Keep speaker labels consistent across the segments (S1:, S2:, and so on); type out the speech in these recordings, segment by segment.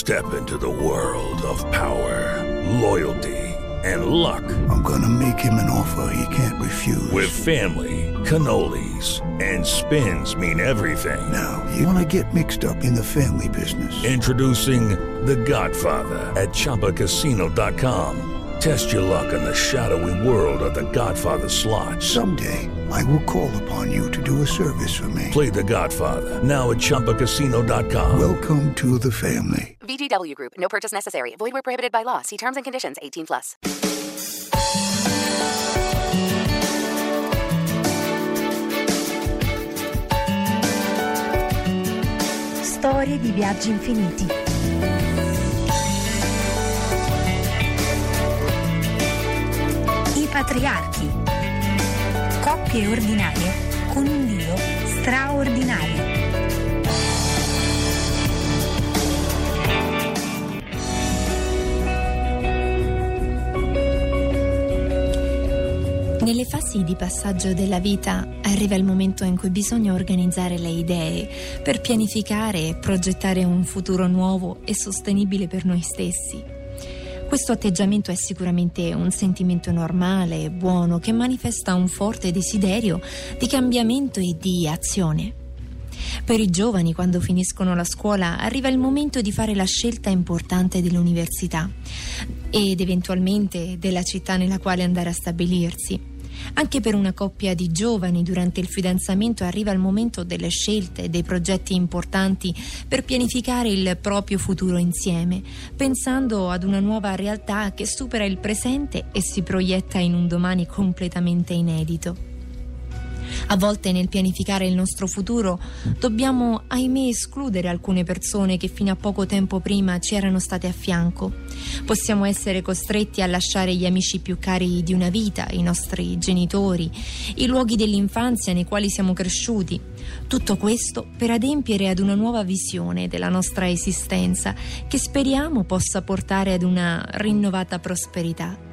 S1: Step into the world of power, loyalty, and luck.
S2: I'm gonna make him an offer he can't refuse.
S1: With family, cannolis, and spins mean everything.
S2: Now, you wanna get mixed up in the family business.
S1: Introducing The Godfather at ChumbaCasino.com. Test your luck in the shadowy world of The Godfather slot.
S2: Someday, I will call upon you to do a service for me.
S1: Play The Godfather now at ChumbaCasino.com.
S2: Welcome to the family.
S3: VGW Group. No purchase necessary. Void where prohibited by law. See terms and conditions. 18+.
S4: Storie di viaggi infiniti. I patriarchi. Coppie ordinarie con un Dio straordinario. Nelle fasi di passaggio della vita arriva il momento in cui bisogna organizzare le idee per pianificare e progettare un futuro nuovo e sostenibile per noi stessi. Questo atteggiamento è sicuramente un sentimento normale e buono che manifesta un forte desiderio di cambiamento e di azione. Per i giovani, quando finiscono la scuola, arriva il momento di fare la scelta importante dell'università ed eventualmente della città nella quale andare a stabilirsi. Anche per una coppia di giovani, durante il fidanzamento arriva il momento delle scelte e dei progetti importanti per pianificare il proprio futuro insieme, pensando ad una nuova realtà che supera il presente e si proietta in un domani completamente inedito. A volte nel pianificare il nostro futuro dobbiamo, ahimè, escludere alcune persone che fino a poco tempo prima ci erano state a fianco. Possiamo essere costretti a lasciare gli amici più cari di una vita, i nostri genitori, i luoghi dell'infanzia nei quali siamo cresciuti. Tutto questo per adempiere ad una nuova visione della nostra esistenza che speriamo possa portare ad una rinnovata prosperità.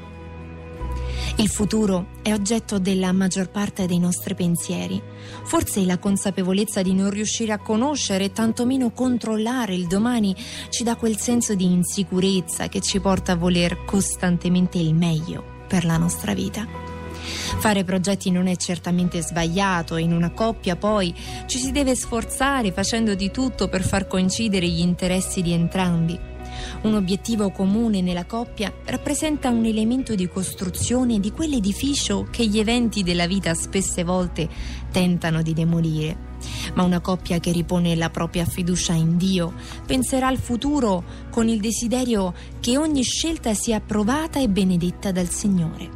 S4: Il futuro è oggetto della maggior parte dei nostri pensieri. Forse la consapevolezza di non riuscire a conoscere e tantomeno controllare il domani ci dà quel senso di insicurezza che ci porta a voler costantemente il meglio per la nostra vita. Fare progetti non è certamente sbagliato e in una coppia poi ci si deve sforzare facendo di tutto per far coincidere gli interessi di entrambi. Un obiettivo comune nella coppia rappresenta un elemento di costruzione di quell'edificio che gli eventi della vita spesse volte tentano di demolire. Ma una coppia che ripone la propria fiducia in Dio penserà al futuro con il desiderio che ogni scelta sia approvata e benedetta dal Signore.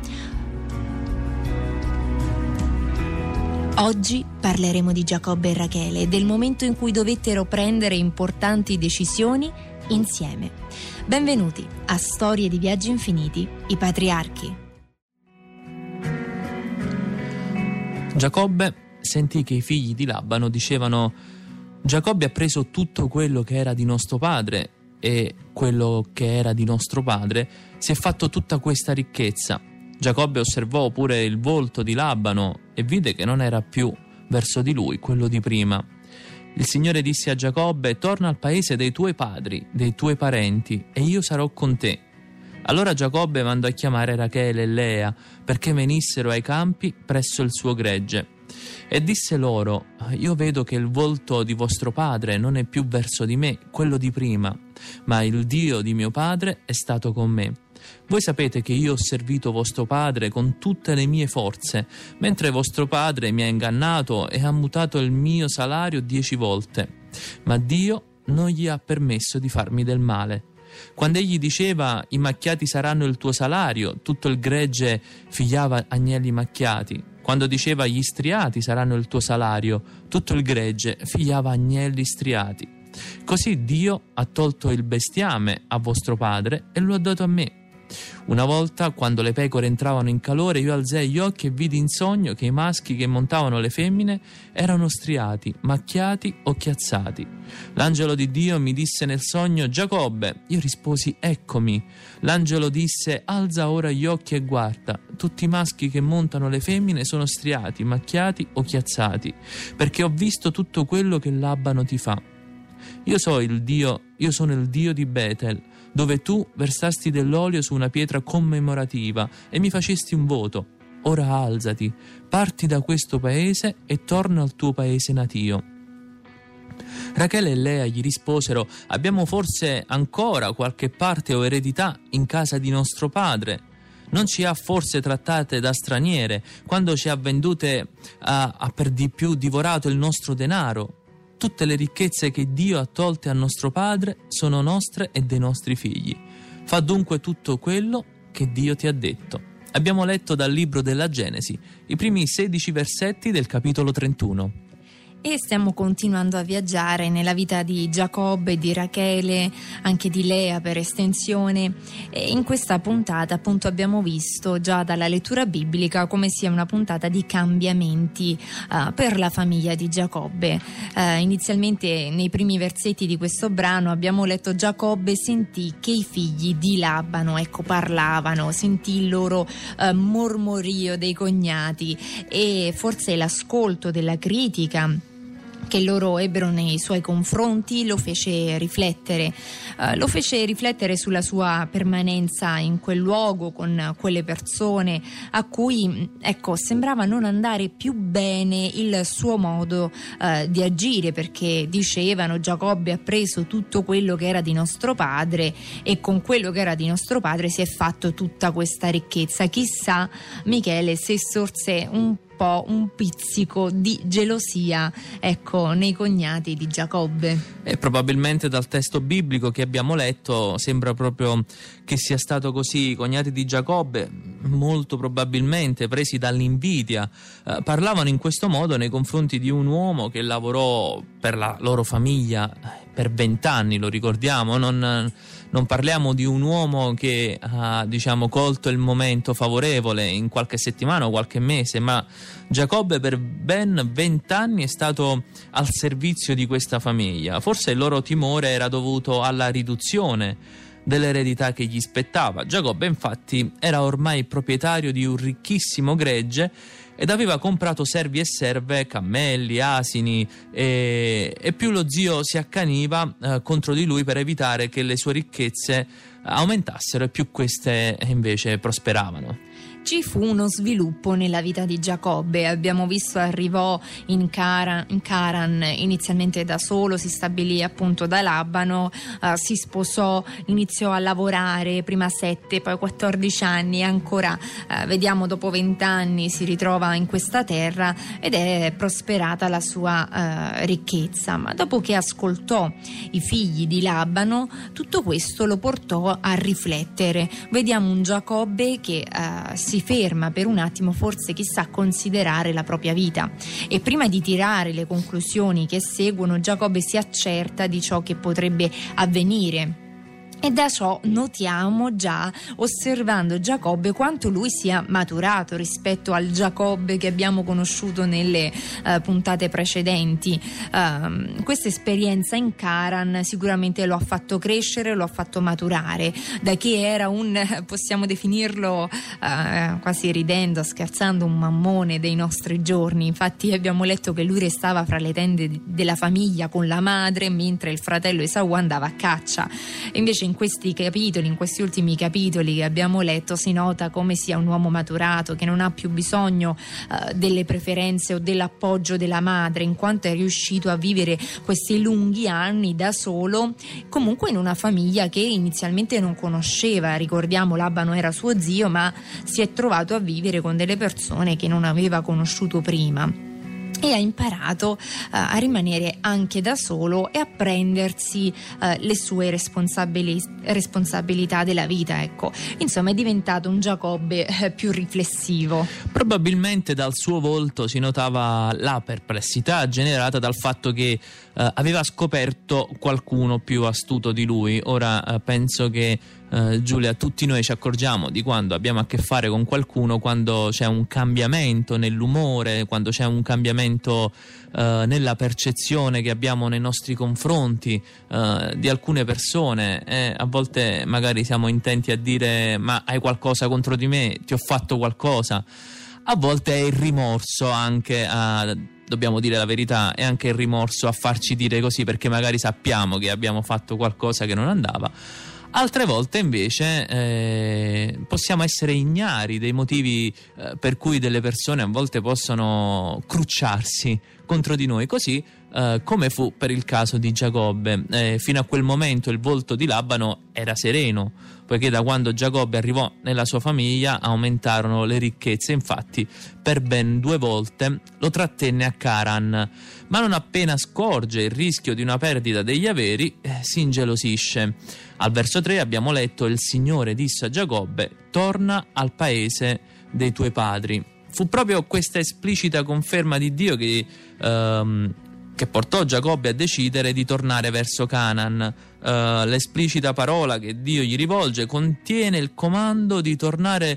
S4: Oggi parleremo di Giacobbe e Rachele e del momento in cui dovettero prendere importanti decisioni insieme. Benvenuti a Storie di viaggi infiniti, i patriarchi.
S5: Giacobbe sentì che i figli di Labano dicevano: Giacobbe ha preso tutto quello che era di nostro padre e quello che era di nostro padre si è fatto tutta questa ricchezza. Giacobbe osservò pure il volto di Labano e vide che non era più verso di lui quello di prima. Il Signore disse a Giacobbe: torna al paese dei tuoi padri, dei tuoi parenti, e io sarò con te. Allora Giacobbe mandò a chiamare Rachele e Lea perché venissero ai campi presso il suo gregge. E disse loro: io vedo che il volto di vostro padre non è più verso di me, quello di prima, ma il Dio di mio padre è stato con me. Voi sapete che io ho servito vostro padre con tutte le mie forze, mentre vostro padre mi ha ingannato e ha mutato il mio salario 10 volte. Ma Dio non gli ha permesso di farmi del male. Quando egli diceva: i macchiati saranno il tuo salario, tutto il gregge figliava agnelli macchiati. Quando diceva: gli striati saranno il tuo salario, tutto il gregge figliava agnelli striati. Così Dio ha tolto il bestiame a vostro padre e lo ha dato a me. Una volta, quando le pecore entravano in calore, io alzai gli occhi e vidi in sogno che i maschi che montavano le femmine erano striati, macchiati o chiazzati. L'angelo di Dio mi disse nel sogno: Giacobbe. Io risposi: eccomi. L'angelo disse: alza ora gli occhi e guarda, tutti i maschi che montano le femmine sono striati, macchiati o chiazzati, perché ho visto tutto quello che Labano ti fa. io sono il Dio di Betel, dove tu versasti dell'olio su una pietra commemorativa e mi facesti un voto. Ora alzati, parti da questo paese e torna al tuo paese natio». Rachele e Lea gli risposero: «Abbiamo forse ancora qualche parte o eredità in casa di nostro padre? Non ci ha forse trattate da straniere quando ci ha vendute, ha per di più divorato il nostro denaro? Tutte le ricchezze che Dio ha tolte a nostro padre sono nostre e dei nostri figli. Fa dunque tutto quello che Dio ti ha detto». Abbiamo letto dal libro della Genesi i primi 16 versetti del capitolo 31.
S4: E stiamo continuando a viaggiare nella vita di Giacobbe, di Rachele, anche di Lea per estensione, e in questa puntata appunto abbiamo visto già dalla lettura biblica come sia una puntata di cambiamenti per la famiglia di Giacobbe. Inizialmente nei primi versetti di questo brano abbiamo letto: Giacobbe sentì che i figli di Labano parlavano, sentì il loro mormorio dei cognati, e forse l'ascolto della critica che loro ebbero nei suoi confronti lo fece riflettere sulla sua permanenza in quel luogo con quelle persone a cui sembrava non andare più bene il suo modo di agire, perché dicevano: Giacobbe ha preso tutto quello che era di nostro padre e con quello che era di nostro padre si è fatto tutta questa ricchezza. Chissà, Michele, se sorse un pizzico di gelosia nei cognati di Giacobbe.
S5: E probabilmente dal testo biblico che abbiamo letto sembra proprio che sia stato così. I cognati di Giacobbe, molto probabilmente presi dall'invidia, parlavano in questo modo nei confronti di un uomo che lavorò per la loro famiglia per 20 anni, lo ricordiamo. Non parliamo di un uomo che ha colto il momento favorevole in qualche settimana o qualche mese, ma Giacobbe per ben 20 anni è stato al servizio di questa famiglia. Forse il loro timore era dovuto alla riduzione dell'eredità che gli spettava. Giacobbe infatti era ormai proprietario di un ricchissimo gregge ed aveva comprato servi e serve, cammelli, asini, e più lo zio si accaniva contro di lui per evitare che le sue ricchezze aumentassero e più queste invece prosperavano.
S4: Ci fu uno sviluppo nella vita di Giacobbe. Abbiamo visto arrivò in Caran inizialmente da solo, si stabilì appunto da Labano, si sposò, iniziò a lavorare prima 7, poi 14 anni e ancora vediamo dopo 20 anni si ritrova in questa terra ed è prosperata la sua ricchezza. Ma dopo che ascoltò i figli di Labano, tutto questo lo portò a riflettere. Vediamo un Giacobbe che si ferma per un attimo, forse chissà, a considerare la propria vita, e prima di tirare le conclusioni che seguono Giacobbe si accerta di ciò che potrebbe avvenire. E da ciò notiamo già, osservando Giacobbe, quanto lui sia maturato rispetto al Giacobbe che abbiamo conosciuto nelle puntate precedenti. Questa esperienza in Caran sicuramente lo ha fatto crescere, lo ha fatto maturare, da che era possiamo definirlo quasi ridendo, scherzando, un mammone dei nostri giorni. Infatti abbiamo letto che lui restava fra le tende della famiglia con la madre, mentre il fratello Esaù andava a caccia. E invece in questi ultimi capitoli che abbiamo letto si nota come sia un uomo maturato, che non ha più bisogno delle preferenze o dell'appoggio della madre, in quanto è riuscito a vivere questi lunghi anni da solo, comunque in una famiglia che inizialmente non conosceva. Ricordiamo, Labano era suo zio, ma si è trovato a vivere con delle persone che non aveva conosciuto prima. E ha imparato a rimanere anche da solo e a prendersi le sue responsabilità della vita. Insomma, è diventato un Giacobbe più riflessivo.
S5: Probabilmente dal suo volto si notava la perplessità generata dal fatto che aveva scoperto qualcuno più astuto di lui. Ora penso che Giulia, tutti noi ci accorgiamo di quando abbiamo a che fare con qualcuno, quando c'è un cambiamento nell'umore, quando c'è un cambiamento nella percezione che abbiamo nei nostri confronti di alcune persone. A volte magari siamo intenti a dire: ma hai qualcosa contro di me? Ti ho fatto qualcosa? A volte è il rimorso anche a dobbiamo dire la verità, è anche il rimorso a farci dire così, perché magari sappiamo che abbiamo fatto qualcosa che non andava. Altre volte invece possiamo essere ignari dei motivi per cui delle persone a volte possono crucciarsi contro di noi, così come fu per il caso di Giacobbe. Fino a quel momento il volto di Labano era sereno, poiché da quando Giacobbe arrivò nella sua famiglia aumentarono le ricchezze. Infatti per ben 2 volte lo trattenne a Caran, ma non appena scorge il rischio di una perdita degli averi si ingelosisce. Al verso 3 abbiamo letto: il Signore disse a Giacobbe: torna al paese dei tuoi padri. Fu proprio questa esplicita conferma di Dio che portò Giacobbe a decidere di tornare verso Canaan. L'esplicita parola che Dio gli rivolge contiene il comando di tornare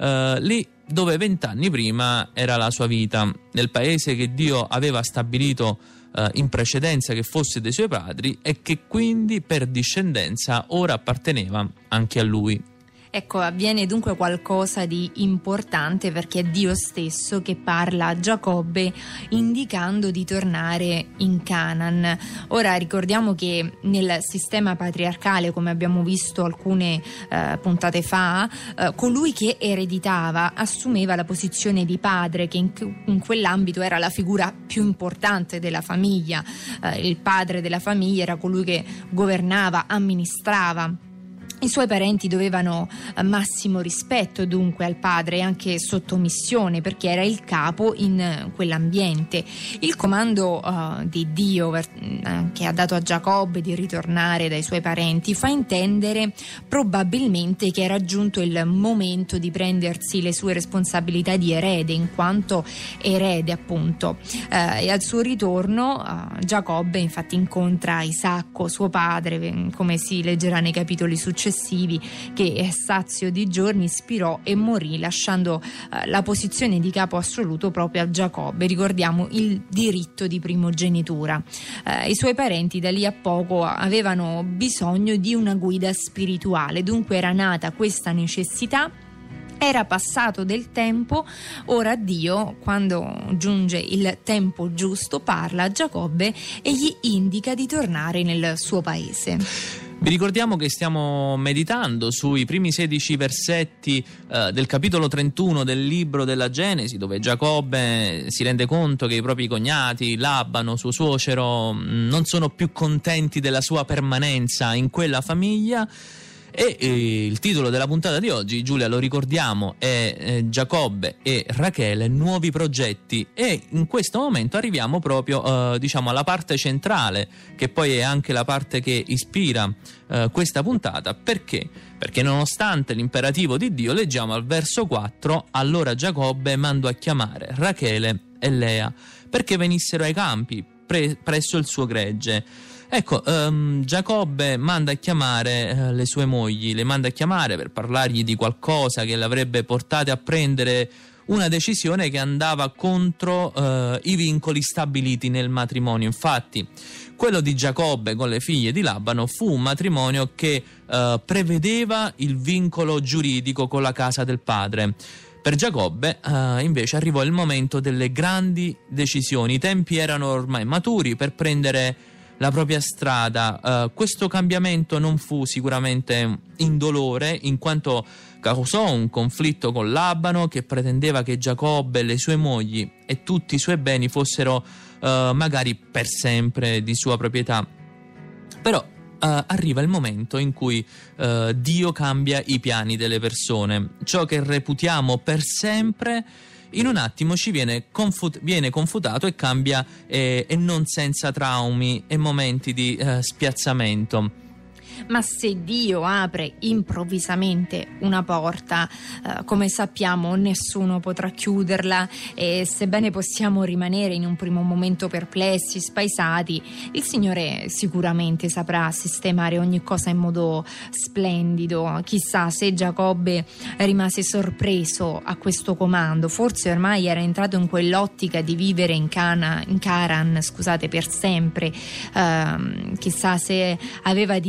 S5: lì dove 20 anni prima era la sua vita, nel paese che Dio aveva stabilito in precedenza che fosse dei suoi padri e che quindi per discendenza ora apparteneva anche a lui.
S4: Ecco, avviene dunque qualcosa di importante, perché è Dio stesso che parla a Giacobbe indicando di tornare in Canaan. Ora ricordiamo che nel sistema patriarcale, come abbiamo visto alcune puntate fa, colui che ereditava assumeva la posizione di padre, che in quell'ambito era la figura più importante della famiglia. Il padre della famiglia era colui che governava, amministrava. I suoi parenti dovevano massimo rispetto dunque al padre e anche sottomissione, perché era il capo in quell'ambiente. Il comando di Dio che ha dato a Giacobbe di ritornare dai suoi parenti fa intendere probabilmente che era giunto il momento di prendersi le sue responsabilità di erede, in quanto erede appunto. E al suo ritorno Giacobbe infatti incontra Isacco, suo padre, come si leggerà nei capitoli successivi, che sazio di giorni spirò e morì, lasciando la posizione di capo assoluto proprio a Giacobbe. Ricordiamo il diritto di primogenitura. I suoi parenti da lì a poco avevano bisogno di una guida spirituale, dunque era nata questa necessità. Era passato del tempo, ora Dio, quando giunge il tempo giusto, parla a Giacobbe e gli indica di tornare nel suo paese.
S5: Vi ricordiamo che stiamo meditando sui primi 16 versetti del capitolo 31 del libro della Genesi, dove Giacobbe si rende conto che i propri cognati, Labano, suo suocero, non sono più contenti della sua permanenza in quella famiglia. E il titolo della puntata di oggi, Giulia, lo ricordiamo, è Giacobbe e Rachele, nuovi progetti. E in questo momento arriviamo proprio alla parte centrale, che poi è anche la parte che ispira questa puntata. Perché? Perché nonostante l'imperativo di Dio, leggiamo al verso 4: allora Giacobbe mandò a chiamare Rachele e Lea perché venissero ai campi presso il suo gregge. Ecco, Giacobbe manda a chiamare le sue mogli, le manda a chiamare per parlargli di qualcosa che l'avrebbe portate a prendere una decisione che andava contro i vincoli stabiliti nel matrimonio. Infatti, quello di Giacobbe con le figlie di Labano fu un matrimonio che prevedeva il vincolo giuridico con la casa del padre. Per Giacobbe invece arrivò il momento delle grandi decisioni. I tempi erano ormai maturi per prendere la propria strada. Questo cambiamento non fu sicuramente indolore, in quanto causò un conflitto con Labano, che pretendeva che Giacobbe, le sue mogli e tutti i suoi beni fossero magari per sempre di sua proprietà. Però arriva il momento in cui Dio cambia i piani delle persone. Ciò che reputiamo per sempre in un attimo ci viene confutato e cambia, e non senza traumi e momenti di spiazzamento.
S4: Ma se Dio apre improvvisamente una porta, come sappiamo nessuno potrà chiuderla, e sebbene possiamo rimanere in un primo momento perplessi, spaesati, il Signore sicuramente saprà sistemare ogni cosa in modo splendido. Chissà se Giacobbe rimase sorpreso a questo comando, forse ormai era entrato in quell'ottica di vivere in Caran per sempre. Chissà se aveva dimenticato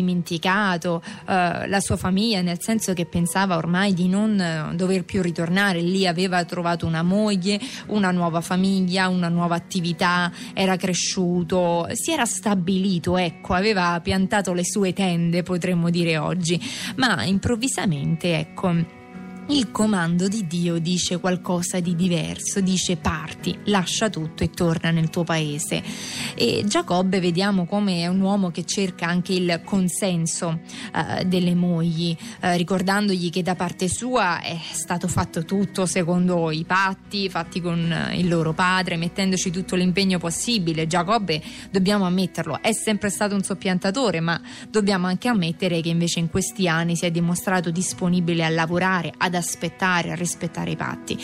S4: pianificato la sua famiglia, nel senso che pensava ormai di non dover più ritornare lì. Aveva trovato una moglie, una nuova famiglia, una nuova attività, era cresciuto, si era stabilito, ecco, aveva piantato le sue tende, potremmo dire oggi, ma improvvisamente, ecco, il comando di Dio dice qualcosa di diverso, dice: parti, lascia tutto e torna nel tuo paese. E Giacobbe vediamo come è un uomo che cerca anche il consenso delle mogli, ricordandogli che da parte sua è stato fatto tutto secondo i patti fatti con il loro padre, mettendoci tutto l'impegno possibile. Giacobbe, dobbiamo ammetterlo, è sempre stato un soppiantatore, ma dobbiamo anche ammettere che invece in questi anni si è dimostrato disponibile a lavorare, ad aspettare, a rispettare i patti,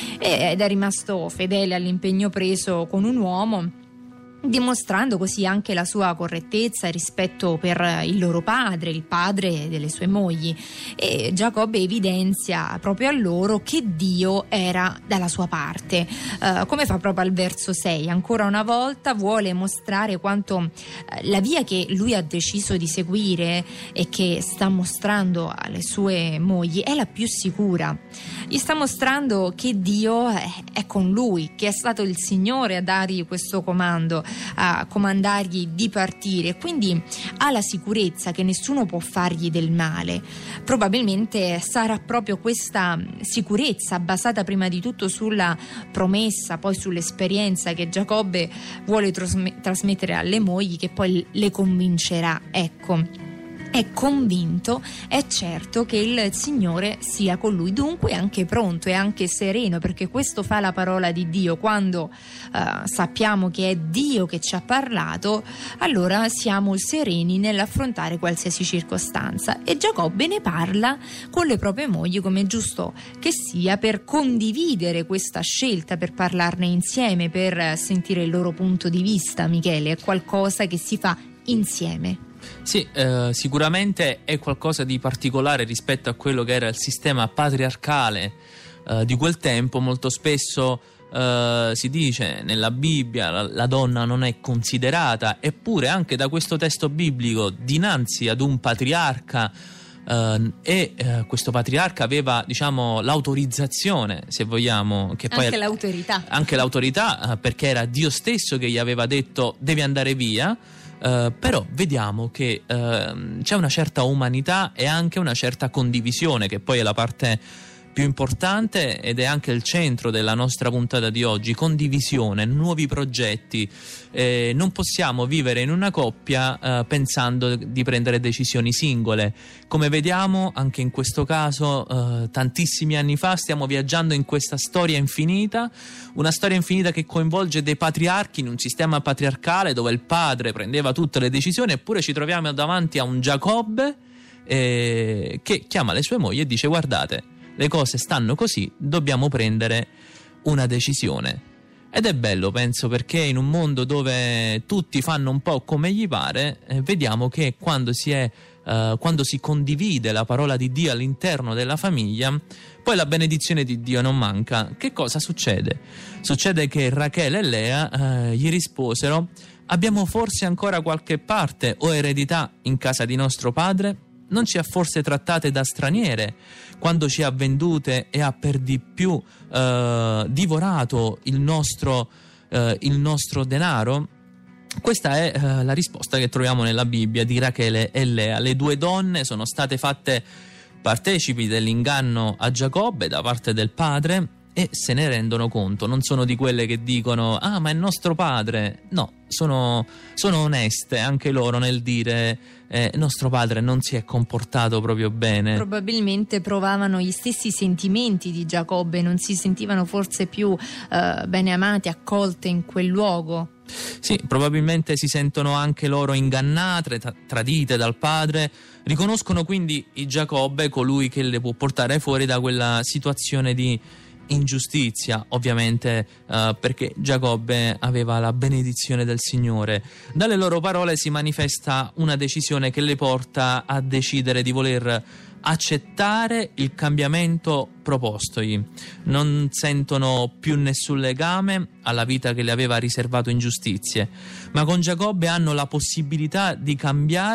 S4: ed è rimasto fedele all'impegno preso con un uomo, dimostrando così anche la sua correttezza e rispetto per il loro padre, il padre delle sue mogli. E Giacobbe evidenzia proprio a loro che Dio era dalla sua parte, come fa proprio al verso 6. Ancora una volta vuole mostrare quanto la via che lui ha deciso di seguire e che sta mostrando alle sue mogli è la più sicura. Gli sta mostrando che Dio è con lui, che è stato il Signore a dargli questo comando, a comandargli di partire, quindi ha la sicurezza che nessuno può fargli del male. Probabilmente sarà proprio questa sicurezza, basata prima di tutto sulla promessa, poi sull'esperienza che Giacobbe vuole trasmettere alle mogli, che poi le convincerà. Ecco, è convinto, è certo che il Signore sia con lui, dunque è anche pronto, è anche sereno, perché questo fa la parola di Dio. Quando sappiamo che è Dio che ci ha parlato, allora siamo sereni nell'affrontare qualsiasi circostanza. E Giacobbe ne parla con le proprie mogli, come è giusto che sia, per condividere questa scelta, per parlarne insieme, per sentire il loro punto di vista. Michele, è qualcosa che si fa insieme.
S5: Sì, sicuramente è qualcosa di particolare rispetto a quello che era il sistema patriarcale di quel tempo. Molto spesso si dice nella Bibbia la donna non è considerata, eppure anche da questo testo biblico, dinanzi ad un patriarca, questo patriarca aveva, diciamo, l'autorizzazione, se vogliamo, che poi anche l'autorità, perché era Dio stesso che gli aveva detto: devi andare via. Però vediamo che c'è una certa umanità e anche una certa condivisione, che poi è la parte più importante ed è anche il centro della nostra puntata di oggi. Condivisione, nuovi progetti. Non possiamo vivere in una coppia pensando di prendere decisioni singole. Come vediamo anche in questo caso, tantissimi anni fa stiamo viaggiando in questa storia infinita, una storia infinita che coinvolge dei patriarchi in un sistema patriarcale dove il padre prendeva tutte le decisioni, eppure ci troviamo davanti a un Giacobbe che chiama le sue mogli e dice: guardate, le cose stanno così, dobbiamo prendere una decisione. Ed è bello, penso, perché in un mondo dove tutti fanno un po' come gli pare, vediamo che quando si condivide la parola di Dio all'interno della famiglia, poi la benedizione di Dio non manca. Che cosa succede? Succede che Rachele e Lea gli risposero: abbiamo forse ancora qualche parte o eredità in casa di nostro padre? Non ci ha forse trattate da straniere quando ci ha vendute e ha per di più divorato il nostro denaro? Questa è la risposta che troviamo nella Bibbia di Rachele e Lea. Le due donne sono state fatte partecipi dell'inganno a Giacobbe da parte del padre e se ne rendono conto. Non sono di quelle che dicono: ah, ma è nostro padre. No, sono oneste anche loro nel dire: nostro padre non si è comportato proprio bene.
S4: Probabilmente provavano gli stessi sentimenti di Giacobbe, non si sentivano forse più bene amati, accolte in quel luogo.
S5: Sì, probabilmente si sentono anche loro ingannate, tradite dal padre. Riconoscono quindi in Giacobbe colui che le può portare fuori da quella situazione di ingiustizia, ovviamente perché Giacobbe aveva la benedizione del Signore. Dalle loro parole si manifesta una decisione che le porta a decidere di voler accettare il cambiamento propostogli. Non sentono più nessun legame alla vita che le aveva riservato ingiustizie, ma con Giacobbe hanno la possibilità di cambiare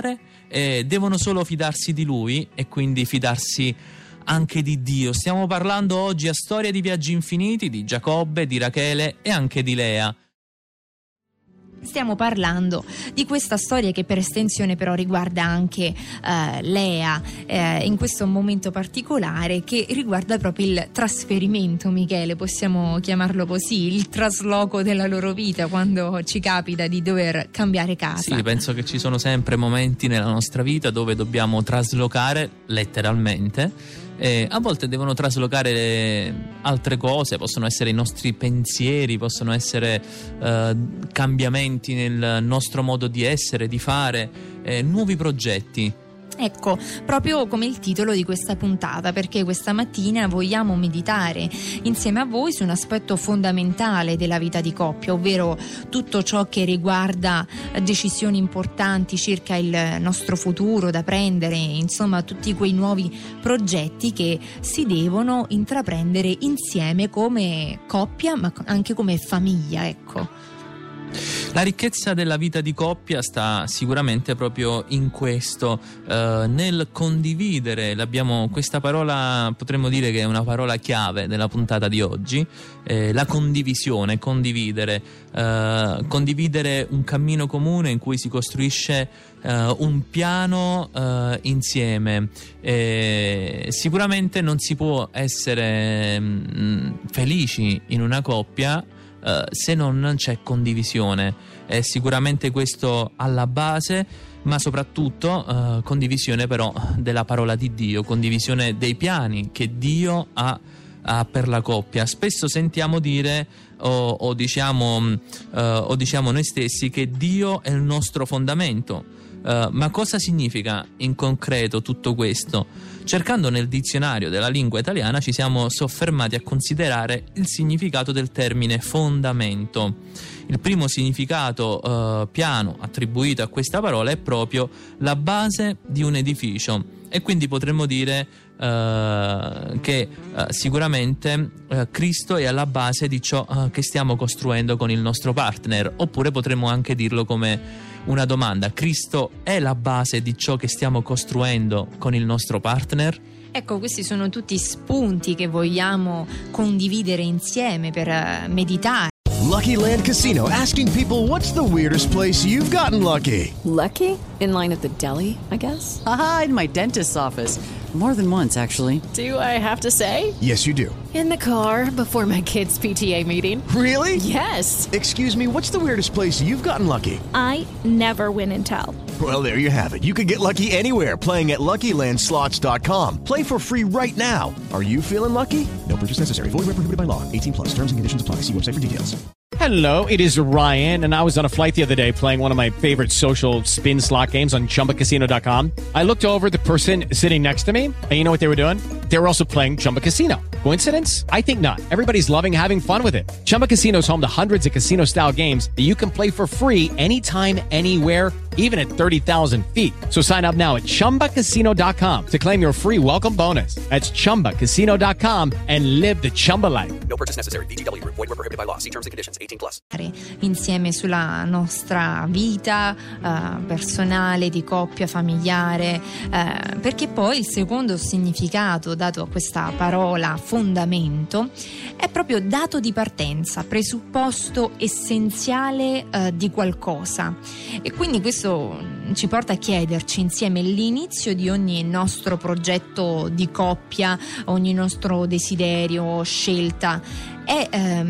S5: devono solo fidarsi di Lui e quindi fidarsi anche di Dio. Stiamo parlando oggi a Storia di Viaggi Infiniti di Giacobbe, di Rachele e anche di Lea.
S4: Stiamo parlando di questa storia che per estensione però riguarda anche Lea in questo momento particolare, che riguarda proprio il trasferimento, Michele, possiamo chiamarlo così, il trasloco della loro vita, quando ci capita di dover cambiare casa.
S5: Sì, penso che ci sono sempre momenti nella nostra vita dove dobbiamo traslocare letteralmente. A volte devono traslocare altre cose, possono essere i nostri pensieri, possono essere cambiamenti nel nostro modo di essere, di fare, nuovi progetti.
S4: Ecco, proprio come il titolo di questa puntata, perché questa mattina vogliamo meditare insieme a voi su un aspetto fondamentale della vita di coppia, ovvero tutto ciò che riguarda decisioni importanti circa il nostro futuro da prendere, insomma tutti quei nuovi progetti che si devono intraprendere insieme come coppia, ma anche come famiglia, ecco.
S5: La ricchezza della vita di coppia sta sicuramente proprio in questo, nel condividere. Questa parola potremmo dire che è una parola chiave della puntata di oggi, la condivisione, condividere un cammino comune in cui si costruisce un piano insieme. Sicuramente non si può essere felici in una coppia se non c'è condivisione. È sicuramente questo alla base, ma soprattutto condivisione però della parola di Dio, condivisione dei piani che Dio ha per la coppia. Spesso sentiamo dire o diciamo noi stessi che Dio è il nostro fondamento. Ma cosa significa in concreto tutto questo? Cercando nel dizionario della lingua italiana ci siamo soffermati a considerare il significato del termine fondamento. Il primo significato piano attribuito a questa parola è proprio la base di un edificio, e quindi potremmo dire che sicuramente Cristo è alla base di ciò che stiamo costruendo con il nostro partner, oppure potremmo anche dirlo come una domanda: Cristo è la base di ciò che stiamo costruendo con il nostro partner?
S4: Ecco, questi sono tutti spunti che vogliamo condividere insieme per meditare.
S6: Lucky Land Casino, asking people, what's the weirdest place you've gotten lucky?
S7: Lucky? In line at the deli, I guess?
S8: Aha, in my dentist's office. More than once, actually.
S7: Do I have to say?
S6: Yes, you do.
S7: In the car before my kids' PTA meeting.
S6: Really?
S7: Yes.
S6: Excuse me, what's the weirdest place you've gotten lucky?
S9: I never win and tell.
S6: Well, there you have it. You can get lucky anywhere, playing at LuckyLandSlots.com. Play for free right now. Are you feeling lucky? No purchase necessary. Void where prohibited by law. 18+. Terms and conditions apply. See website for details.
S10: Hello, it is Ryan, and I was on a flight the other day playing one of my favorite social spin slot games on ChumbaCasino.com. I looked over at the person sitting next to me, and you know what they were doing? They were also playing Chumba Casino. Coincidence? I think not. Everybody's loving having fun with it. Chumba Casino is home to hundreds of casino-style games that you can play for free anytime, anywhere, even at 30,000 feet. So sign up now at ChumbaCasino.com to claim your free welcome bonus. That's ChumbaCasino.com and live the Chumba life.
S11: No purchase necessary. VGW. Void where prohibited by law. See terms and conditions. 18+.
S4: Insieme sulla nostra vita personale, di coppia, familiare, perché poi il secondo significato dato a questa parola fondamento è proprio dato di partenza, presupposto essenziale di qualcosa. E quindi questo ci porta a chiederci insieme l'inizio di ogni nostro progetto di coppia, ogni nostro desiderio, scelta è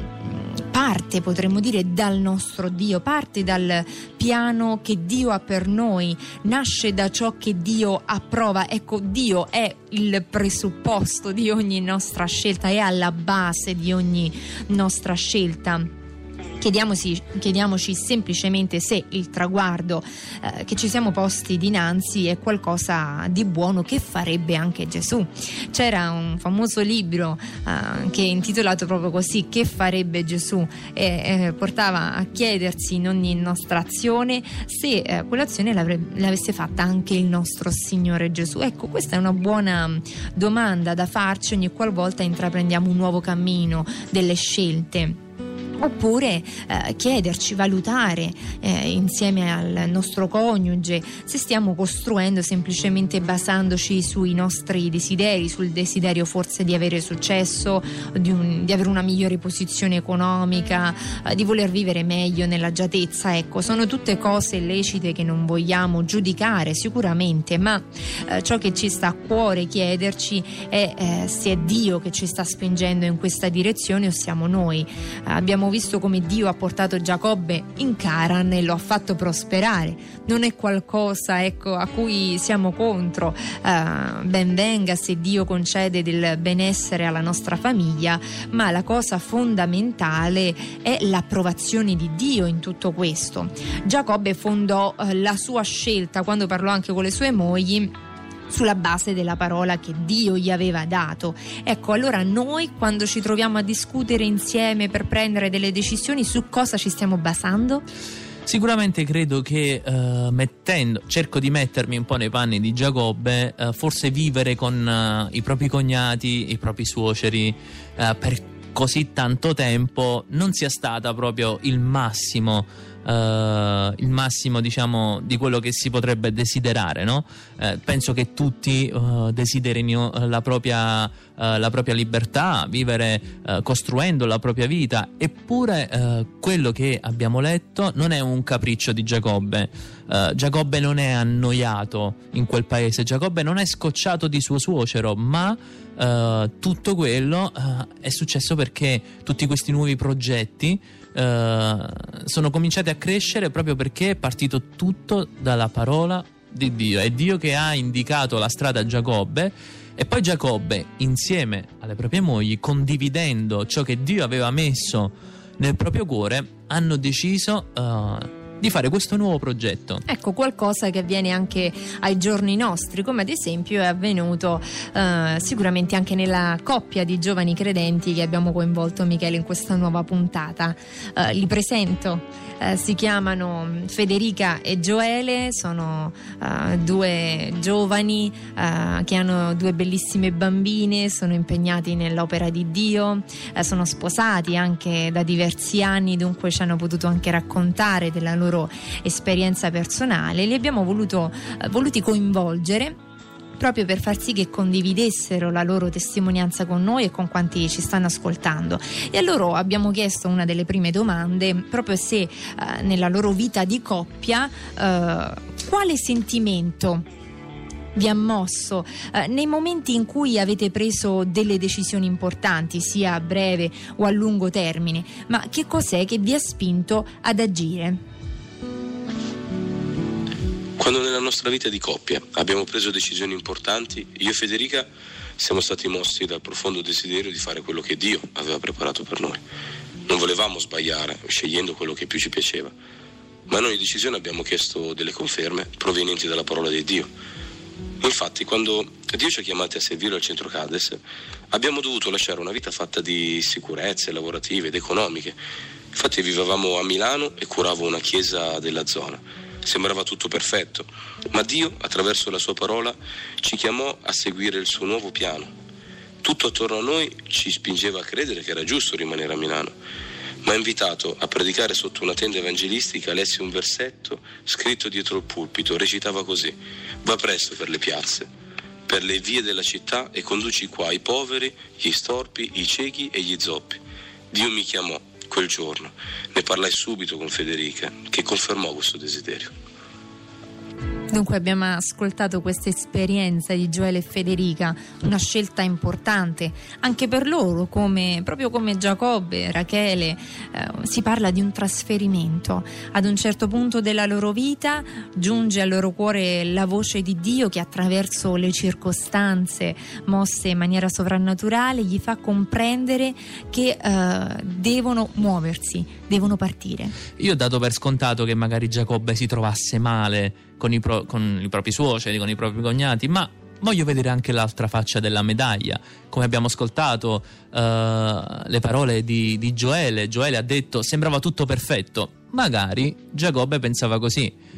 S4: parte, potremmo dire, dal nostro Dio, parte dal piano che Dio ha per noi, nasce da ciò che Dio approva. Ecco, Dio è il presupposto di ogni nostra scelta, è alla base di ogni nostra scelta. Chiediamoci semplicemente se il traguardo che ci siamo posti dinanzi è qualcosa di buono che farebbe anche Gesù. C'era un famoso libro che è intitolato proprio così, Che farebbe Gesù, e portava a chiedersi in ogni nostra azione se quell'azione l'avesse fatta anche il nostro Signore Gesù. Ecco, questa è una buona domanda da farci ogni qualvolta intraprendiamo un nuovo cammino, delle scelte. Oppure chiederci, valutare insieme al nostro coniuge se stiamo costruendo semplicemente basandoci sui nostri desideri, sul desiderio forse di avere successo, di avere una migliore posizione economica, di voler vivere meglio nell'agiatezza. Ecco, sono tutte cose lecite che non vogliamo giudicare sicuramente, ma ciò che ci sta a cuore chiederci è se è Dio che ci sta spingendo in questa direzione o siamo noi. Abbiamo visto come Dio ha portato Giacobbe in Caran e lo ha fatto prosperare. Non è qualcosa, ecco, a cui siamo contro. Ben venga se Dio concede del benessere alla nostra famiglia, ma la cosa fondamentale è l'approvazione di Dio in tutto questo. Giacobbe fondò la sua scelta, quando parlò anche con le sue mogli, sulla base della parola che Dio gli aveva dato. Ecco, allora noi quando ci troviamo a discutere insieme per prendere delle decisioni, su cosa ci stiamo basando?
S5: Sicuramente credo che cerco di mettermi un po' nei panni di Giacobbe, forse vivere con i propri cognati, i propri suoceri per così tanto tempo non sia stata proprio il massimo diciamo di quello che si potrebbe desiderare, no? Penso che tutti desiderino la propria libertà, vivere costruendo la propria vita, eppure quello che abbiamo letto non è un capriccio di Giacobbe. Giacobbe non è annoiato in quel paese, Giacobbe non è scocciato di suo suocero, ma tutto quello è successo perché tutti questi nuovi progetti sono cominciati a crescere proprio perché è partito tutto dalla parola di Dio. È Dio che ha indicato la strada a Giacobbe, e poi Giacobbe, insieme alle proprie mogli, condividendo ciò che Dio aveva messo nel proprio cuore, hanno deciso di fare questo nuovo progetto.
S4: Ecco, qualcosa che avviene anche ai giorni nostri, come ad esempio è avvenuto sicuramente anche nella coppia di giovani credenti che abbiamo coinvolto, Michele, in questa nuova puntata. Li presento. Si chiamano Federica e Gioele, sono due giovani che hanno due bellissime bambine, sono impegnati nell'opera di Dio, sono sposati anche da diversi anni, dunque ci hanno potuto anche raccontare della loro esperienza personale. Li abbiamo voluti coinvolgere proprio per far sì che condividessero la loro testimonianza con noi e con quanti ci stanno ascoltando. E a loro abbiamo chiesto una delle prime domande, proprio se nella loro vita di coppia quale sentimento vi ha mosso nei momenti in cui avete preso delle decisioni importanti, sia a breve o a lungo termine, ma che cos'è che vi ha spinto ad agire?
S12: Quando nella nostra vita di coppia abbiamo preso decisioni importanti, io e Federica siamo stati mossi dal profondo desiderio di fare quello che Dio aveva preparato per noi. Non volevamo sbagliare, scegliendo quello che più ci piaceva, ma in ogni decisione abbiamo chiesto delle conferme provenienti dalla parola di Dio. Infatti, quando Dio ci ha chiamati a servire al centro Cades, abbiamo dovuto lasciare una vita fatta di sicurezze lavorative ed economiche. Infatti vivevamo a Milano e curavo una chiesa della zona. Sembrava tutto perfetto, ma Dio, attraverso la sua parola, ci chiamò a seguire il suo nuovo piano. Tutto attorno a noi ci spingeva a credere che era giusto rimanere a Milano, ma invitato a predicare sotto una tenda evangelistica, lessi un versetto scritto dietro il pulpito. Recitava così: va presto per le piazze, per le vie della città, e conduci qua i poveri, gli storpi, i ciechi e gli zoppi. Dio mi chiamò quel giorno, ne parlai subito con Federica, che confermò questo desiderio.
S4: Dunque abbiamo ascoltato questa esperienza di Gioele e Federica, una scelta importante anche per loro, proprio come Giacobbe e Rachele. Si parla di un trasferimento. Ad un certo punto della loro vita giunge al loro cuore la voce di Dio che attraverso le circostanze mosse in maniera sovrannaturale gli fa comprendere che devono muoversi, devono partire.
S5: Io ho dato per scontato che magari Giacobbe si trovasse male con i propri suoceri, con i propri cognati, ma voglio vedere anche l'altra faccia della medaglia. Come abbiamo ascoltato le parole di Gioele ha detto sembrava tutto perfetto. Magari Giacobbe pensava così,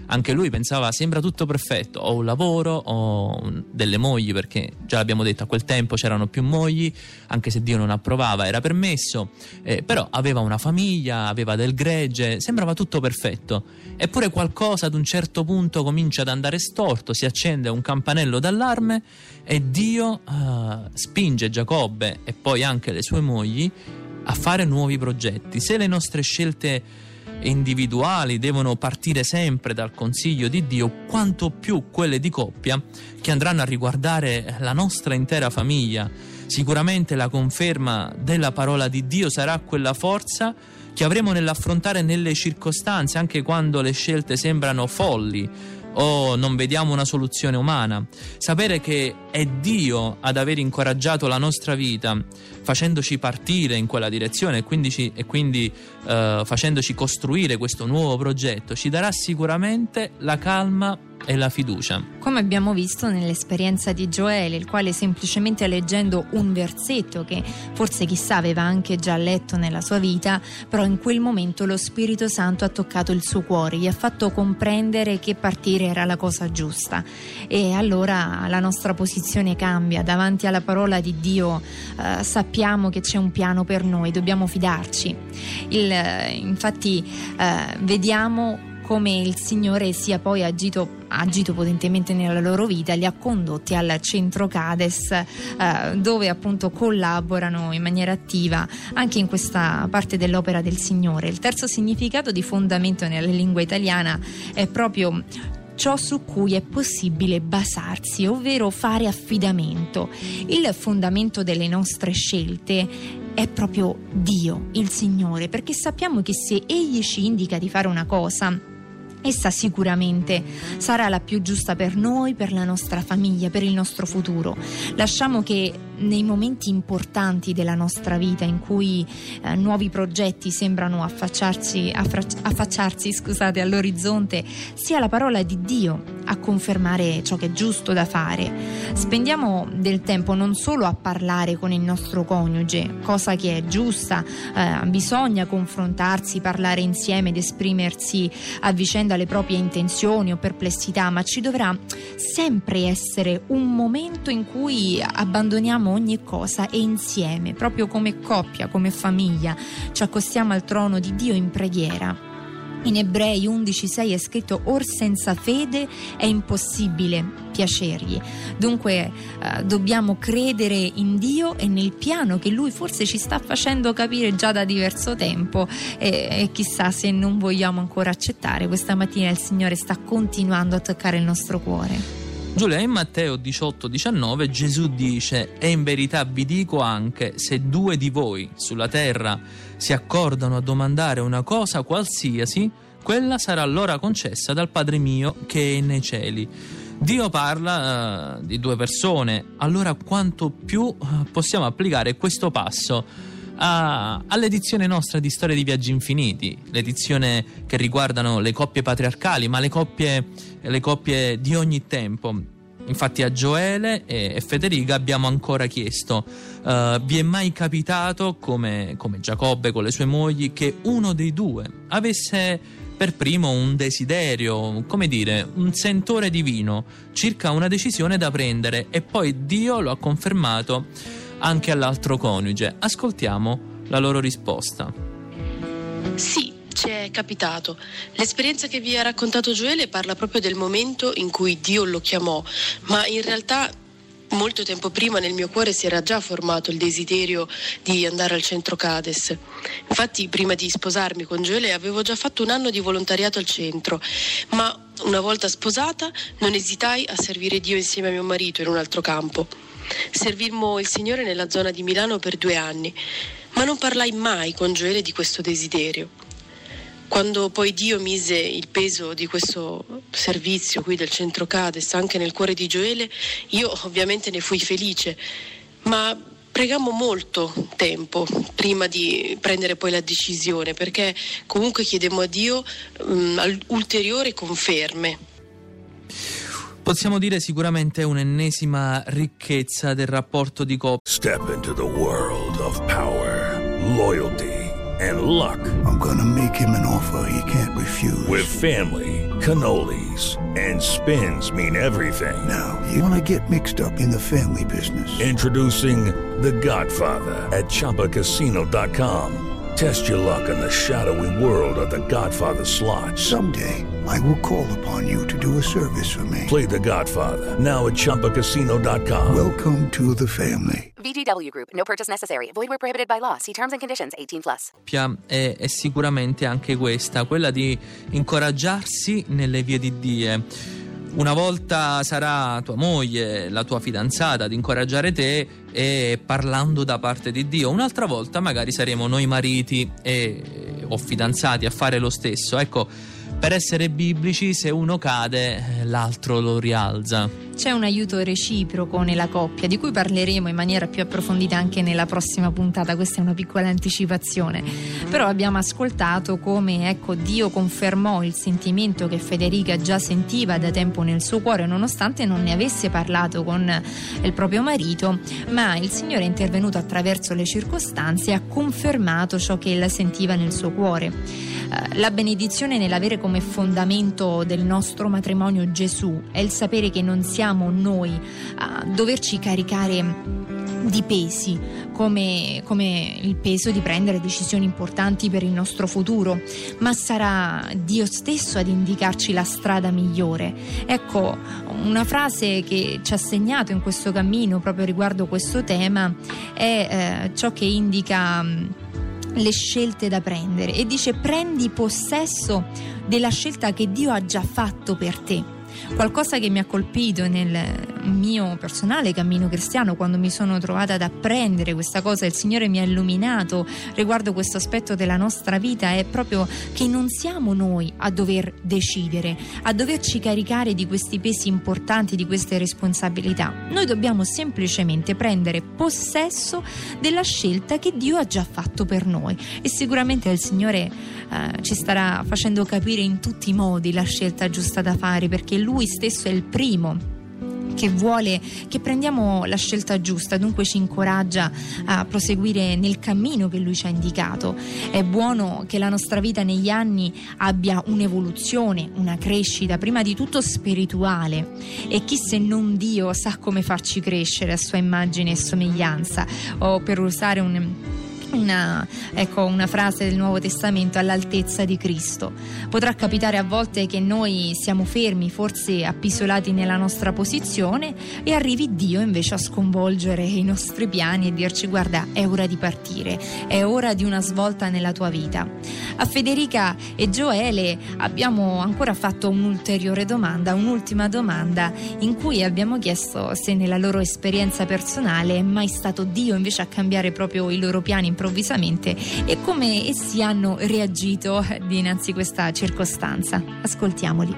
S5: Anche lui pensava: sembra tutto perfetto, ho un lavoro, ho delle mogli, perché già l'abbiamo detto, a quel tempo c'erano più mogli, anche se Dio non approvava era permesso, però aveva una famiglia, aveva del gregge, sembrava tutto perfetto. Eppure qualcosa ad un certo punto comincia ad andare storto, si accende un campanello d'allarme e Dio spinge Giacobbe e poi anche le sue mogli a fare nuovi progetti. Se le nostre scelte individuali devono partire sempre dal consiglio di Dio, quanto più quelle di coppia, che andranno a riguardare la nostra intera famiglia. Sicuramente la conferma della parola di Dio sarà quella forza che avremo nell'affrontare nelle circostanze, anche quando le scelte sembrano folli o non vediamo una soluzione umana. Sapere che è Dio ad aver incoraggiato la nostra vita, facendoci partire in quella direzione e quindi facendoci costruire questo nuovo progetto, ci darà sicuramente la calma e la fiducia.
S4: Come abbiamo visto nell'esperienza di Gioele, il quale semplicemente leggendo un versetto che forse chissà aveva anche già letto nella sua vita, però in quel momento lo Spirito Santo ha toccato il suo cuore, gli ha fatto comprendere che partire era la cosa giusta, e allora la nostra posizione cambia davanti alla parola di Dio. Sappiamo che c'è un piano per noi, dobbiamo fidarci. Infatti vediamo come il Signore sia poi agito potentemente nella loro vita, li ha condotti al centro Cades, dove appunto collaborano in maniera attiva anche in questa parte dell'opera del Signore. Il terzo significato di fondamento nella lingua italiana è proprio ciò su cui è possibile basarsi, ovvero fare affidamento. Il fondamento delle nostre scelte è proprio Dio, il Signore, perché sappiamo che se Egli ci indica di fare una cosa, essa sicuramente sarà la più giusta per noi, per la nostra famiglia, per il nostro futuro. Lasciamo che nei momenti importanti della nostra vita, in cui nuovi progetti sembrano affacciarsi all'orizzonte, sia la parola di Dio a confermare ciò che è giusto da fare. Spendiamo del tempo non solo a parlare con il nostro coniuge, cosa che è giusta, bisogna confrontarsi, parlare insieme ed esprimersi a vicenda le proprie intenzioni o perplessità, ma ci dovrà sempre essere un momento in cui abbandoniamo ogni cosa e insieme, proprio come coppia, come famiglia, ci accostiamo al trono di Dio in preghiera. In Ebrei 11,6 è scritto: or senza fede è impossibile piacergli. Dunque dobbiamo credere in Dio e nel piano che Lui forse ci sta facendo capire già da diverso tempo, e chissà se non vogliamo ancora accettare. Questa mattina il Signore sta continuando a toccare il nostro cuore.
S5: Giulia, in Matteo 18,19 Gesù dice: e in verità vi dico anche, se 2 di voi sulla terra si accordano a domandare una cosa qualsiasi, quella sarà loro concessa dal Padre mio che è nei cieli. Dio parla di 2 persone, allora quanto più possiamo applicare questo passo all'edizione nostra di Storia di Viaggi Infiniti, l'edizione che riguardano le coppie patriarcali, ma le coppie di ogni tempo. Infatti a Gioele e Federica abbiamo ancora chiesto: vi è mai capitato, come Giacobbe con le sue mogli, che uno dei 2 avesse per primo un desiderio, come dire, un sentore divino circa una decisione da prendere, e poi Dio lo ha confermato anche all'altro coniuge? Ascoltiamo la loro risposta.
S13: Sì, ci è capitato. L'esperienza che vi ha raccontato Gioele parla proprio del momento in cui Dio lo chiamò, ma in realtà molto tempo prima nel mio cuore si era già formato il desiderio di andare al centro Cades. Infatti prima di sposarmi con Gioele avevo già fatto 1 anno di volontariato al centro, ma una volta sposata non esitai a servire Dio insieme a mio marito in un altro campo. Servimmo il Signore nella zona di Milano per 2 anni, ma non parlai mai con Gioele di questo desiderio. Quando poi Dio mise il peso di questo servizio qui del centro Cades anche nel cuore di Gioele, io ovviamente ne fui felice, ma pregammo molto tempo prima di prendere poi la decisione, perché comunque chiedemmo a Dio ulteriori conferme.
S5: Possiamo dire sicuramente un'ennesima ricchezza del rapporto di coppia.
S1: Step into the world of power, loyalty and luck.
S2: I'm gonna make him an offer he can't refuse.
S1: With family, cannolis, and spins mean everything.
S2: Now, you want to get mixed up in the family business.
S1: Introducing The Godfather at ChumbaCasino.com. Test your luck in the shadowy world of The Godfather slot.
S2: Someday, I will call upon you to do a service for me.
S1: Play The Godfather now at ChumbaCasino.com.
S2: Welcome to the family.
S3: VGW Group. No purchase necessary. Void where prohibited by law. See terms and conditions. 18+.
S5: È sicuramente anche questa, quella di incoraggiarsi nelle vie di Dio. Una volta sarà tua moglie, la tua fidanzata ad incoraggiare te e parlando da parte di Dio. Un'altra volta magari saremo noi mariti o fidanzati a fare lo stesso. Ecco, per essere biblici, se uno cade, l'altro lo rialza.
S4: C'è un aiuto reciproco nella coppia, di cui parleremo in maniera più approfondita anche nella prossima puntata. Questa è una piccola anticipazione. Però abbiamo ascoltato come, Dio confermò il sentimento che Federica già sentiva da tempo nel suo cuore, nonostante non ne avesse parlato con il proprio marito, ma il Signore è intervenuto attraverso le circostanze e ha confermato ciò che ella sentiva nel suo cuore. La benedizione nell'avere come fondamento del nostro matrimonio Gesù è il sapere che non siamo noi a doverci caricare di pesi come il peso di prendere decisioni importanti per il nostro futuro, ma sarà Dio stesso ad indicarci la strada migliore. Ecco, una frase che ci ha segnato in questo cammino proprio riguardo questo tema è ciò che indica le scelte da prendere, e dice: prendi possesso della scelta che Dio ha già fatto per te. Qualcosa che mi ha colpito nel mio personale cammino cristiano, quando mi sono trovata ad apprendere questa cosa, il Signore mi ha illuminato riguardo questo aspetto della nostra vita, è proprio che non siamo noi a dover decidere, a doverci caricare di questi pesi importanti, di queste responsabilità. Noi dobbiamo semplicemente prendere possesso della scelta che Dio ha già fatto per noi, e sicuramente il Signore ci starà facendo capire in tutti i modi la scelta giusta da fare, perché Lui stesso è il primo che vuole che prendiamo la scelta giusta, dunque ci incoraggia a proseguire nel cammino che Lui ci ha indicato. È buono che la nostra vita negli anni abbia un'evoluzione, una crescita, prima di tutto spirituale, e chi se non Dio sa come farci crescere a sua immagine e somiglianza, o per usare una frase del Nuovo Testamento, all'altezza di Cristo. Potrà capitare a volte che noi siamo fermi, forse appisolati nella nostra posizione, e arrivi Dio invece a sconvolgere i nostri piani e dirci: guarda, è ora di partire, è ora di una svolta nella tua vita. A Federica e Gioele abbiamo ancora fatto un'ulteriore domanda, un'ultima domanda, in cui abbiamo chiesto se nella loro esperienza personale è mai stato Dio invece a cambiare proprio i loro piani improvvisamente, e come essi hanno reagito dinanzi a questa circostanza. Ascoltiamoli.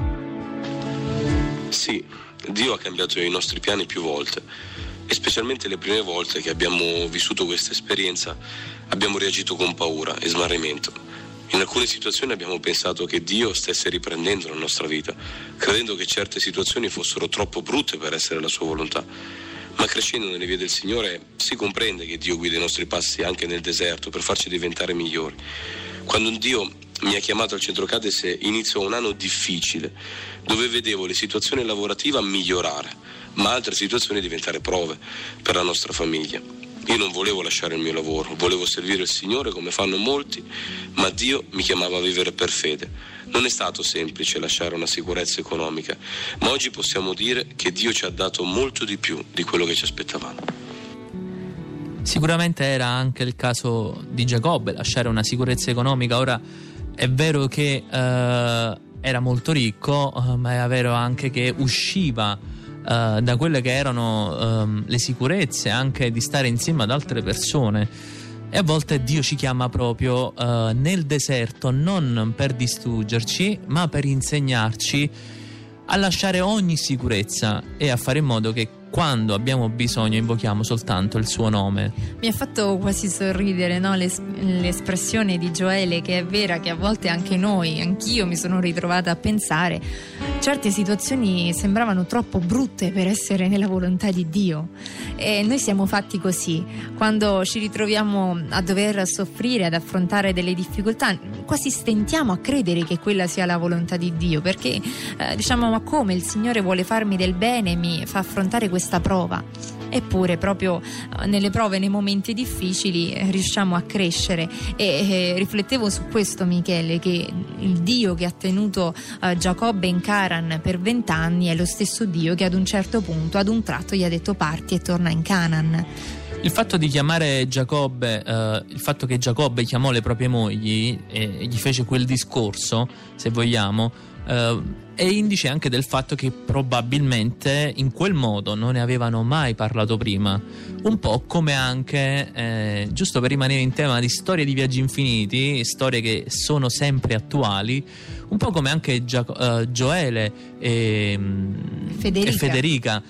S12: Sì, Dio ha cambiato i nostri piani più volte, e specialmente le prime volte che abbiamo vissuto questa esperienza abbiamo reagito con paura e smarrimento. In alcune situazioni abbiamo pensato che Dio stesse riprendendo la nostra vita, credendo che certe situazioni fossero troppo brutte per essere la sua volontà. Ma crescendo nelle vie del Signore si comprende che Dio guida i nostri passi anche nel deserto per farci diventare migliori. Quando Dio mi ha chiamato al Centro Cades iniziò un anno difficile, dove vedevo le situazioni lavorative migliorare, ma altre situazioni diventare prove per la nostra famiglia. Io non volevo lasciare il mio lavoro, volevo servire il Signore come fanno molti, ma Dio mi chiamava a vivere per fede. Non è stato semplice lasciare una sicurezza economica, ma oggi possiamo dire che Dio ci ha dato molto di più di quello che ci aspettavamo.
S5: Sicuramente era anche il caso di Giacobbe, lasciare una sicurezza economica. Ora è vero che era molto ricco, ma è vero anche che usciva da quelle che erano le sicurezze anche di stare insieme ad altre persone. E a volte Dio ci chiama proprio nel deserto, non per distruggerci, ma per insegnarci a lasciare ogni sicurezza e a fare in modo che quando abbiamo bisogno invochiamo soltanto il suo nome.
S4: Mi ha fatto quasi sorridere, no? L'espressione di Gioele, che è vera, che a volte anche noi, anch'io mi sono ritrovata a pensare, certe situazioni sembravano troppo brutte per essere nella volontà di Dio, e noi siamo fatti così. Quando ci ritroviamo a dover soffrire, ad affrontare delle difficoltà, quasi stentiamo a credere che quella sia la volontà di Dio, perché diciamo: ma come, il Signore vuole farmi del bene, mi fa affrontare questa prova? Eppure proprio nelle prove, nei momenti difficili, riusciamo a crescere. E riflettevo su questo, Michele, che il Dio che ha tenuto Giacobbe in Caran per 20 anni è lo stesso Dio che ad un certo punto, ad un tratto, gli ha detto: parti e torna in Canaan.
S5: Il fatto di chiamare Giacobbe, il fatto che Giacobbe chiamò le proprie mogli e gli fece quel discorso, se vogliamo, è indice anche del fatto che probabilmente in quel modo non ne avevano mai parlato prima. Un po' come anche, giusto per rimanere in tema di storie di viaggi infiniti, storie che sono sempre attuali, un po' come anche Gioele e Federica.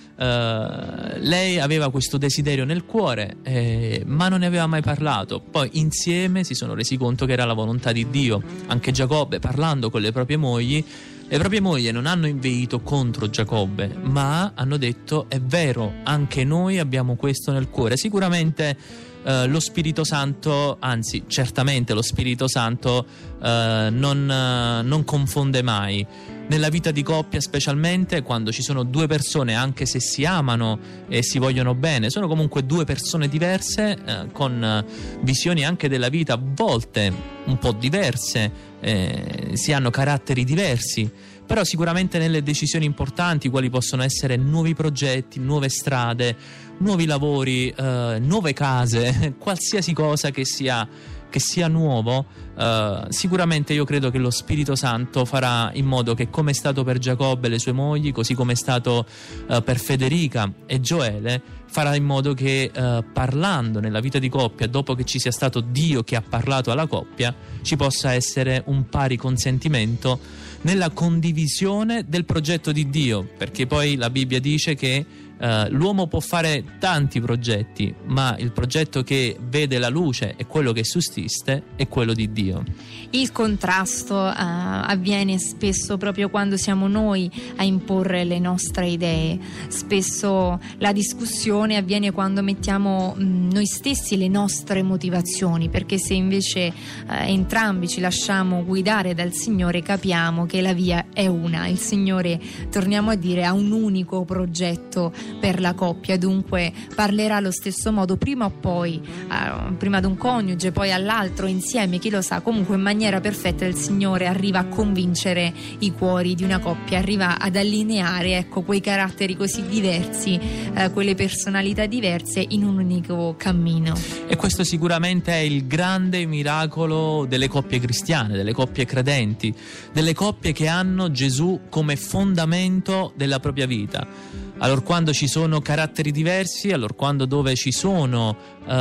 S5: Lei aveva questo desiderio nel cuore, ma non ne aveva mai parlato. Poi insieme si sono resi conto che era la volontà di Dio. Anche Giacobbe, parlando con le proprie mogli non hanno inveito contro Giacobbe, ma hanno detto: è vero, anche noi abbiamo questo nel cuore. Sicuramente lo Spirito Santo, anzi certamente lo Spirito Santo non confonde mai. Nella vita di coppia, specialmente quando ci sono due persone, anche se si amano e si vogliono bene, sono comunque due persone diverse, con visioni anche della vita a volte un po' diverse, si hanno caratteri diversi, però sicuramente nelle decisioni importanti, quali possono essere nuovi progetti, nuove strade, nuovi lavori, nuove case, qualsiasi cosa che sia nuovo, sicuramente io credo che lo Spirito Santo farà in modo che, come è stato per Giacobbe e le sue mogli, così come è stato per Federica e Gioele, farà in modo che parlando nella vita di coppia, dopo che ci sia stato Dio che ha parlato alla coppia, ci possa essere un pari consentimento nella condivisione del progetto di Dio, perché poi la Bibbia dice che l'uomo può fare tanti progetti, ma il progetto che vede la luce e quello che sussiste è quello di Dio.
S4: Il contrasto avviene spesso proprio quando siamo noi a imporre le nostre idee. Spesso la discussione avviene quando mettiamo noi stessi le nostre motivazioni, perché se invece entrambi ci lasciamo guidare dal Signore, capiamo che la via è una. Il Signore, torniamo a dire, ha un unico progetto per la coppia, dunque parlerà allo stesso modo prima o poi, prima ad un coniuge, poi all'altro, insieme, chi lo sa. Comunque in maniera perfetta il Signore arriva a convincere i cuori di una coppia, arriva ad allineare, ecco, quei caratteri così diversi, quelle personalità diverse in un unico cammino.
S5: E questo sicuramente è il grande miracolo delle coppie cristiane, delle coppie credenti, delle coppie che hanno Gesù come fondamento della propria vita. Allora, quando ci sono caratteri diversi, allora quando dove ci sono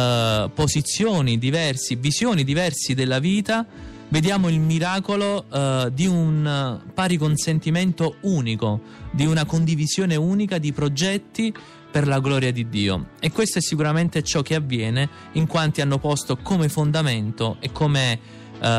S5: posizioni diverse, visioni diverse della vita, vediamo il miracolo di un pari consentimento unico, di una condivisione unica di progetti per la gloria di Dio. E questo è sicuramente ciò che avviene in quanti hanno posto come fondamento e come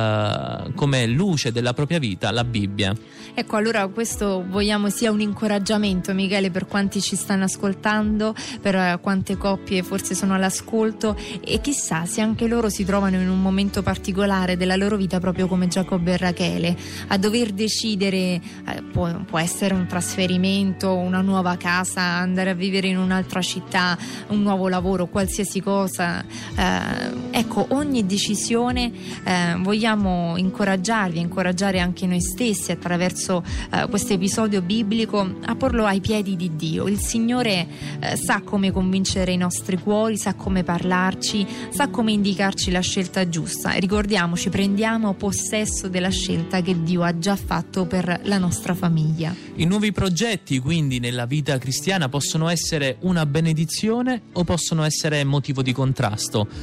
S5: luce della propria vita la Bibbia.
S4: Ecco, allora questo vogliamo sia un incoraggiamento, Michele, per quanti ci stanno ascoltando, per quante coppie forse sono all'ascolto, e chissà se anche loro si trovano in un momento particolare della loro vita, proprio come Giacobbe e Rachele, a dover decidere, può essere un trasferimento, una nuova casa, andare a vivere in un'altra città, un nuovo lavoro, qualsiasi cosa. Ecco, ogni decisione vogliamo incoraggiare anche noi stessi attraverso questo episodio biblico a porlo ai piedi di Dio. Il Signore sa come convincere i nostri cuori, sa come parlarci, sa come indicarci la scelta giusta. Ricordiamoci, prendiamo possesso della scelta che Dio ha già fatto per la nostra famiglia.
S5: I nuovi progetti, quindi, nella vita cristiana possono essere una benedizione o possono essere motivo di contrasto.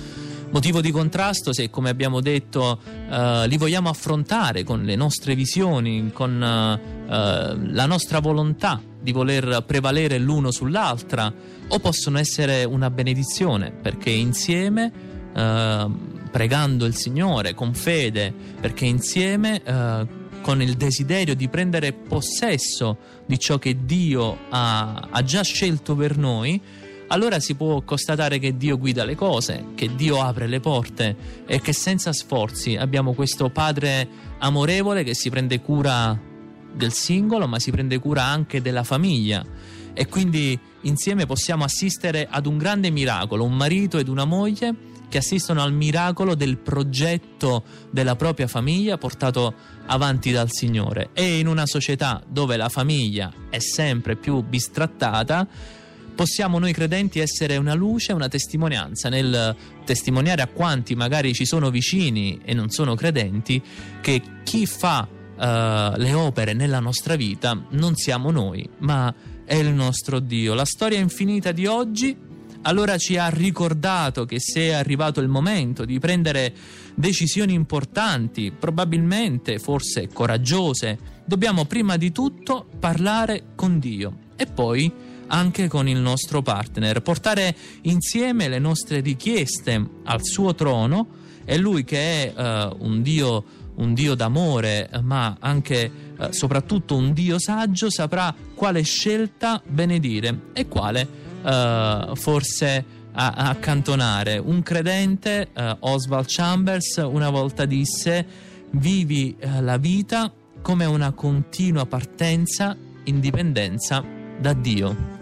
S5: motivo di contrasto se, come abbiamo detto, li vogliamo affrontare con le nostre visioni, con la nostra volontà di voler prevalere l'uno sull'altra, o possono essere una benedizione, perché insieme, pregando il Signore con fede, perché insieme con il desiderio di prendere possesso di ciò che Dio ha già scelto per noi, allora si può constatare che Dio guida le cose, che Dio apre le porte e che senza sforzi abbiamo questo Padre amorevole che si prende cura del singolo, ma si prende cura anche della famiglia, e quindi insieme possiamo assistere ad un grande miracolo, un marito ed una moglie che assistono al miracolo del progetto della propria famiglia portato avanti dal Signore. E in una società dove la famiglia è sempre più bistrattata, possiamo noi credenti essere una luce, una testimonianza nel testimoniare a quanti magari ci sono vicini e non sono credenti che chi fa le opere nella nostra vita non siamo noi, ma è il nostro Dio. La storia infinita di oggi allora ci ha ricordato che se è arrivato il momento di prendere decisioni importanti, probabilmente forse coraggiose, dobbiamo prima di tutto parlare con Dio e poi anche con il nostro partner, portare insieme le nostre richieste al suo trono, e Lui, che è un Dio d'amore, ma anche soprattutto un Dio saggio, saprà quale scelta benedire e quale forse accantonare. Un credente, Oswald Chambers, una volta disse: vivi la vita come una continua partenza in dipendenza da Dio.